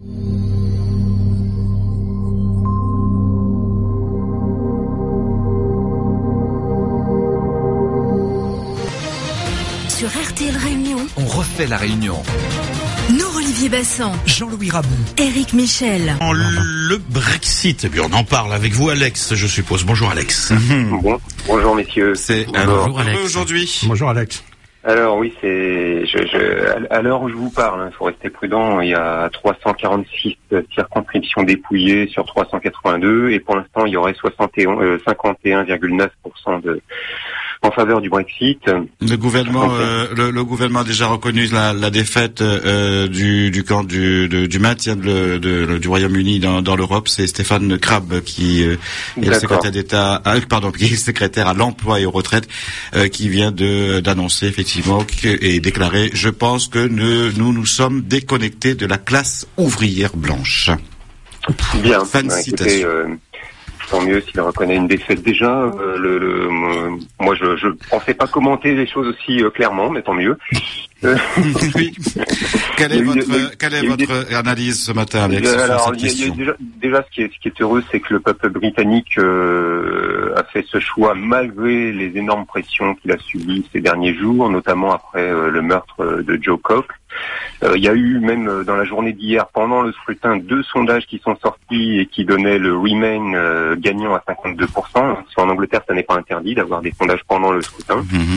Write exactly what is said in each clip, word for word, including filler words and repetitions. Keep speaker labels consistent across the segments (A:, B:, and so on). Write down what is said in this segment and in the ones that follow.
A: Sur R T L Réunion,
B: on refait la Réunion.
A: Olivier Bassan,
B: Jean-Louis Rabou,
A: Éric Michel.
C: Le Brexit, eh bien on en parle avec vous Alex, je suppose. Bonjour Alex.
D: Mmh. Bon, bonjour messieurs.
C: C'est
D: bonjour.
C: Bonjour Alex. Aujourd'hui.
E: Bonjour Alex.
D: Alors oui, c'est je, je, à l'heure où je vous parle, il hein, faut rester prudent. Il y a trois cent quarante-six circonscriptions dépouillées sur trois cent quatre-vingt-deux, et pour l'instant, il y aurait soixante et un, euh, cinquante et un virgule neuf pour cent de en faveur du Brexit.
C: Le gouvernement, euh, le, le gouvernement a déjà reconnu la, la défaite euh, du, du camp du, de, du maintien de, de, de, du Royaume-Uni dans, dans l'Europe. C'est Stéphane Crabb qui euh, est le secrétaire d'État, euh, pardon, qui est secrétaire à l'emploi et aux retraites, euh, qui vient de d'annoncer effectivement que, et déclarer: je pense que nous, nous nous sommes déconnectés de la classe ouvrière blanche.
D: Bien.
C: Fin de
D: bah,
C: citation.
D: Écoutez, euh, tant mieux s'il reconnaît une défaite déjà. Euh, le, le, moi, je je pensais pas commenter les choses aussi euh, clairement, mais tant mieux. Euh,
C: oui. Quelle est
D: eu,
C: votre,
D: eu,
C: quelle est votre des... analyse ce matin, Alex,
D: euh,
C: sur
D: alors,
C: cette
D: y a,
C: question?
D: y a déjà, déjà, ce qui est, ce qui est heureux, c'est que le peuple britannique euh, a fait ce choix malgré les énormes pressions qu'il a subies ces derniers jours, notamment après euh, le meurtre de Joe Cox. Il euh, y a eu même euh, dans la journée d'hier, pendant le scrutin, deux sondages qui sont sortis et qui donnaient le Remain euh, gagnant à cinquante-deux pour cent. En Angleterre, ça n'est pas interdit d'avoir des sondages pendant le scrutin. Mm-hmm.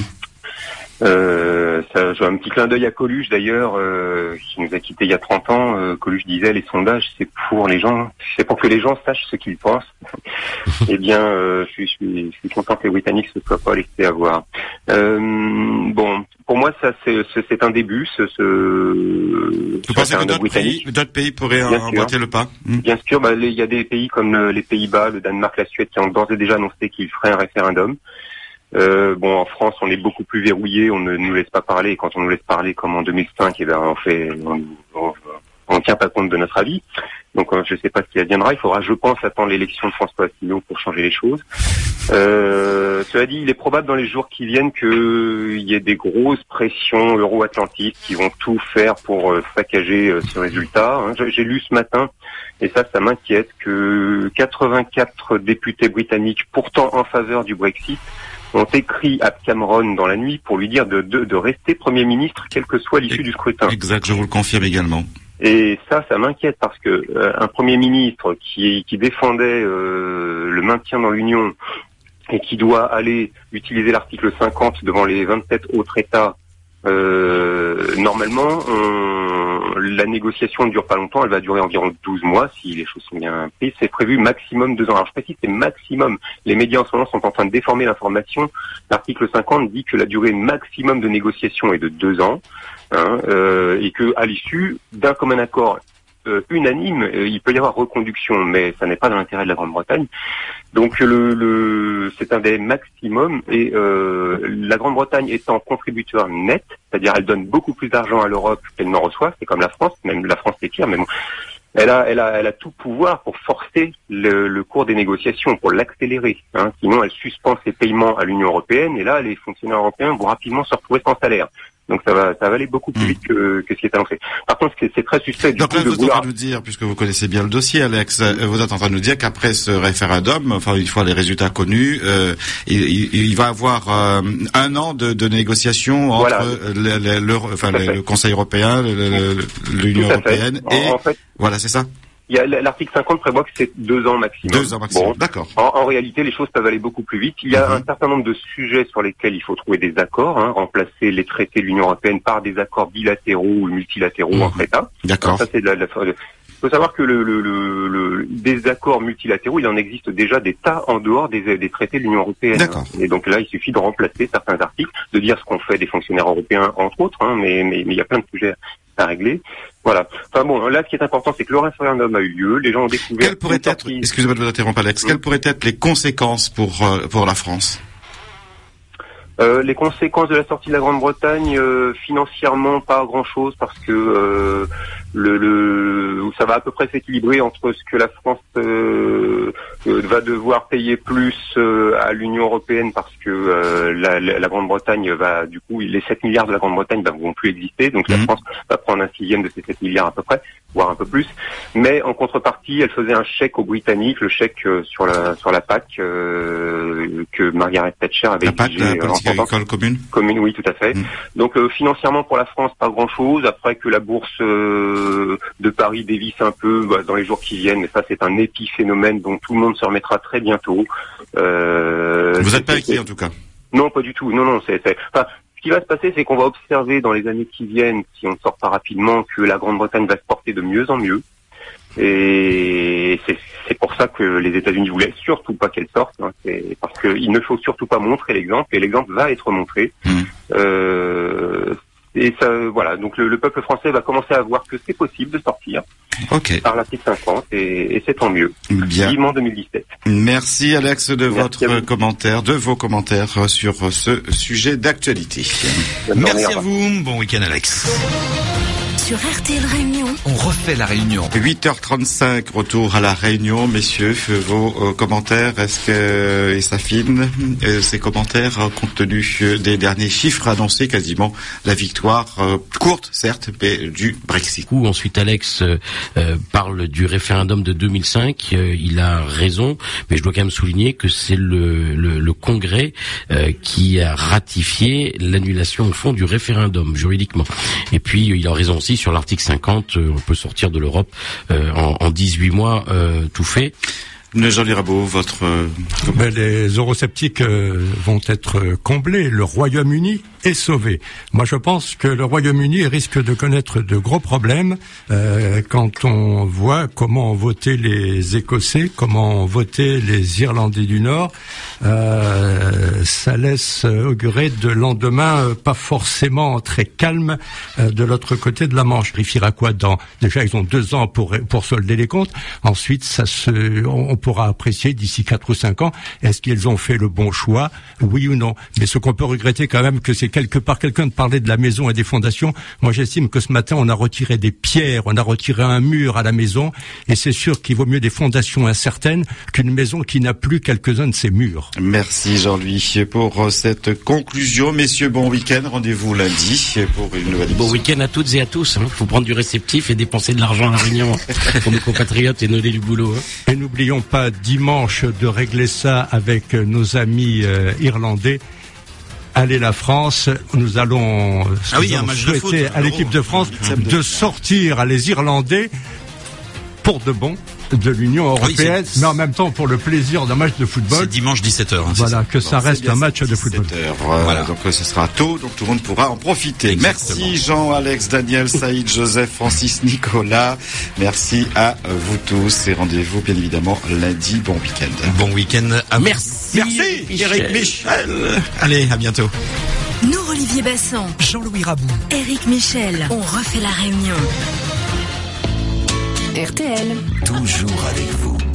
D: Euh, ça, j'ai un petit clin d'œil à Coluche d'ailleurs, euh, qui nous a quittés il y a trente ans. Euh, Coluche disait: les sondages, c'est pour les gens, c'est pour que les gens sachent ce qu'ils pensent. Eh bien, euh, je suis, je suis, je suis content que les Britanniques se soient pas laissés avoir. Euh, bon, pour moi, ça c'est, c'est un début. Ce, ce,
C: Vous pensez que d'autres pays, d'autres pays pourraient emboîter le pas? mmh.
D: Bien sûr, bah, il y a des pays comme le, les Pays-Bas, le Danemark, la Suède qui ont d'ores et déjà annoncé qu'ils feraient un référendum. Euh, bon, en France, on est beaucoup plus verrouillé, on ne nous laisse pas parler. Et quand on nous laisse parler, comme en deux mille cinq, eh ben, on fait, on, on, on tient pas compte de notre avis. Donc, euh, je sais pas ce qui adviendra. Il faudra, je pense, attendre l'élection de François Asselineau pour changer les choses. Euh, cela dit, il est probable dans les jours qui viennent qu'il y ait des grosses pressions euro-atlantistes qui vont tout faire pour euh, saccager euh, ce résultat. Hein. J'ai lu ce matin, et ça, ça m'inquiète, que quatre-vingt-quatre députés britanniques, pourtant en faveur du Brexit, ont écrit à Cameron dans la nuit pour lui dire de, de, de rester Premier ministre, quelle que soit l'issue du scrutin.
C: Exact, je vous le confirme également.
D: Et ça, ça m'inquiète parce que euh, un Premier ministre qui, qui défendait euh, le maintien dans l'Union et qui doit aller utiliser l'article cinquante devant les vingt-sept autres États, euh, normalement, on, la négociation ne dure pas longtemps, elle va durer environ douze mois si les choses sont bien prises. C'est prévu maximum deux ans. Alors je précise, c'est maximum. Les médias en ce moment sont en train de déformer l'information. L'article cinquante dit que la durée maximum de négociation est de deux ans, hein, euh, et que à l'issue d'un commun accord euh, unanime, euh, il peut y avoir reconduction, mais ça n'est pas dans l'intérêt de la Grande-Bretagne. Donc le, le c'est un des maximums, et euh, la Grande-Bretagne étant contributeur net, c'est-à-dire elle donne beaucoup plus d'argent à l'Europe qu'elle n'en reçoit, c'est comme la France, même la France c'est pire, mais bon, elle a, elle a, elle a tout pouvoir pour forcer le, le cours des négociations, pour l'accélérer. Hein. Sinon, elle suspend ses paiements à l'Union européenne, et là, les fonctionnaires européens vont rapidement se retrouver sans salaire. Donc ça va, ça va aller beaucoup plus vite que, que ce qui est annoncé. Par contre, c'est, c'est très suspect du
C: Donc
D: coup
C: là,
D: de
C: vous êtes
D: vouloir...
C: en train de nous dire, puisque vous connaissez bien le dossier, Alex, vous êtes en train de nous dire qu'après ce référendum, enfin une fois les résultats connus, euh, il, il, il va avoir euh, un an de, de négociations entre
D: voilà.
C: le, le, le, enfin, le, le Conseil européen, le, le, l'Union européenne,
D: en,
C: et
D: en fait,
C: voilà, c'est ça.
D: Il y a, l'article cinquante prévoit que c'est deux ans maximum.
C: Deux ans maximum, bon, d'accord.
D: En, en réalité, les choses peuvent aller beaucoup plus vite. Il y a mm-hmm. un certain nombre de sujets sur lesquels il faut trouver des accords, hein, remplacer les traités de l'Union européenne par des accords bilatéraux ou multilatéraux mm-hmm. entre États.
C: D'accord.
D: Alors ça, c'est de la, de la, de... Il faut savoir que le, le, le, le, des accords multilatéraux, il en existe déjà des tas en dehors des, des traités de l'Union européenne.
C: D'accord.
D: Et donc là, il suffit de remplacer certains articles, de dire ce qu'on fait des fonctionnaires européens, entre autres, hein, mais, mais, mais il y a plein de sujets à régler. Voilà. Enfin bon, là, ce qui est important, c'est que le référendum a eu lieu, les gens ont découvert...
C: Quelles pourraient être, sortie... excusez-moi de vous interrompre, Alex, mmh. quelles pourraient être les conséquences pour, euh, pour la France?
D: Euh, les conséquences de la sortie de la Grande-Bretagne, euh, financièrement, pas grand-chose, parce que euh, le, le, ça va à peu près s'équilibrer entre ce que la France euh, euh, va devoir payer plus euh, à l'Union européenne parce que euh, la, la, la Grande-Bretagne va, du coup, les sept milliards de la Grande-Bretagne ne vont plus exister, donc la
C: mmh.
D: France va prendre un sixième de ces sept milliards à peu près, voire un peu plus. Mais en contrepartie, elle faisait un chèque aux Britanniques, le chèque euh, sur la sur la P A C euh, que Margaret Thatcher avait
C: la P A C,
D: exigé.
C: la politique agricole commune.
D: Commune, oui, tout à fait. Mmh. Donc euh, financièrement pour la France, pas grand-chose. Après que la bourse euh, de Paris dévisse un peu bah, dans les jours qui viennent, mais ça c'est un épiphénomène dont tout le monde se remettra très bientôt. Euh,
C: Vous n'êtes pas inquiet en tout cas?
D: Non, pas du tout. Non, non, c'est, c'est... Enfin, ce qui va se passer, c'est qu'on va observer dans les années qui viennent, si on ne sort pas rapidement, que la Grande-Bretagne va se porter de mieux en mieux. Et c'est, c'est pour ça que les États-Unis voulaient surtout pas qu'elle sorte, hein. C'est parce qu'il ne faut surtout pas montrer l'exemple, et l'exemple va être montré. Mmh. Euh, et ça, voilà. Donc le, le peuple français va commencer à voir que c'est possible de sortir.
C: Okay.
D: Par l'article cinquante, et, et c'est tant mieux.
C: Bien.
D: Vivement deux mille dix-sept.
C: Merci Alex de
D: Merci
C: votre commentaire, de vos commentaires sur ce sujet d'actualité.
B: Bonne Merci journée, à vous. Bon week-end Alex.
A: Sur R T L Réunion.
B: On refait la Réunion.
C: huit heures trente-cinq, retour à la Réunion. Messieurs, vos euh, commentaires, est-ce que et s'affine euh, ces commentaires euh, compte tenu euh, des derniers chiffres annoncés, quasiment la victoire euh, courte, certes, mais du Brexit.
E: Ensuite, Alex euh, euh, parle du référendum de deux mille cinq. Euh, il a raison, mais je dois quand même souligner que c'est le, le, le Congrès euh, qui a ratifié l'annulation au fond du référendum juridiquement. Et puis, il a raison aussi sur l'article cinquante, euh, on peut sortir de l'Europe euh, en, en dix-huit mois, euh, tout fait.
C: Jean Lirabeau, votre... Euh,
F: ben, les eurosceptiques euh, vont être comblés. Le Royaume-Uni est sauvé. Moi, je pense que le Royaume-Uni risque de connaître de gros problèmes euh, quand on voit comment ont voté les Écossais, comment ont voté les Irlandais du Nord. Euh, ça laisse augurer de lendemain euh, pas forcément très calme euh, de l'autre côté de la Manche. Il vérifiera quoi dans... Déjà, ils ont deux ans pour pour solder les comptes. Ensuite, ça se... On, on pourra apprécier d'ici quatre ou cinq ans, est-ce qu'ils ont fait le bon choix, oui ou non. Mais ce qu'on peut regretter quand même, que c'est quelque part quelqu'un de parler de la maison et des fondations. Moi, j'estime que ce matin, on a retiré des pierres, on a retiré un mur à la maison, et c'est sûr qu'il vaut mieux des fondations incertaines qu'une maison qui n'a plus quelques-uns de ses murs.
C: Merci Jean-Louis pour cette conclusion. Messieurs, bon week-end. Rendez-vous lundi pour une nouvelle émission.
E: Bon week-end à toutes et à tous. Il hein. faut prendre du réceptif et dépenser de l'argent à la Réunion pour nos compatriotes et donner du boulot. Hein.
F: Et n'oublions pas dimanche de régler ça avec nos amis euh, irlandais. Allez la France, nous allons
B: ah oui, un match
F: souhaiter
B: de foot,
F: à l'équipe de France de sortir les Irlandais pour de bon de l'Union européenne, oui, mais en même temps pour le plaisir d'un match de football.
B: C'est dimanche dix-sept heures. Hein,
F: voilà, que ça bon, reste un match de football.
C: Euh, voilà. Donc ce sera tôt, donc tout le monde pourra en profiter. Exactement. Merci Jean, Alex, Daniel, Saïd, Joseph, Francis, Nicolas. Merci à vous tous et rendez-vous bien évidemment lundi. Bon week-end.
B: Bon week-end à vous.
E: Merci.
B: Merci Eric Michel. Allez, à bientôt.
A: Nous, Olivier Bassan,
B: Jean-Louis Rabou,
A: Eric Michel, on refait la Réunion.
G: R T L.
H: Toujours avec vous.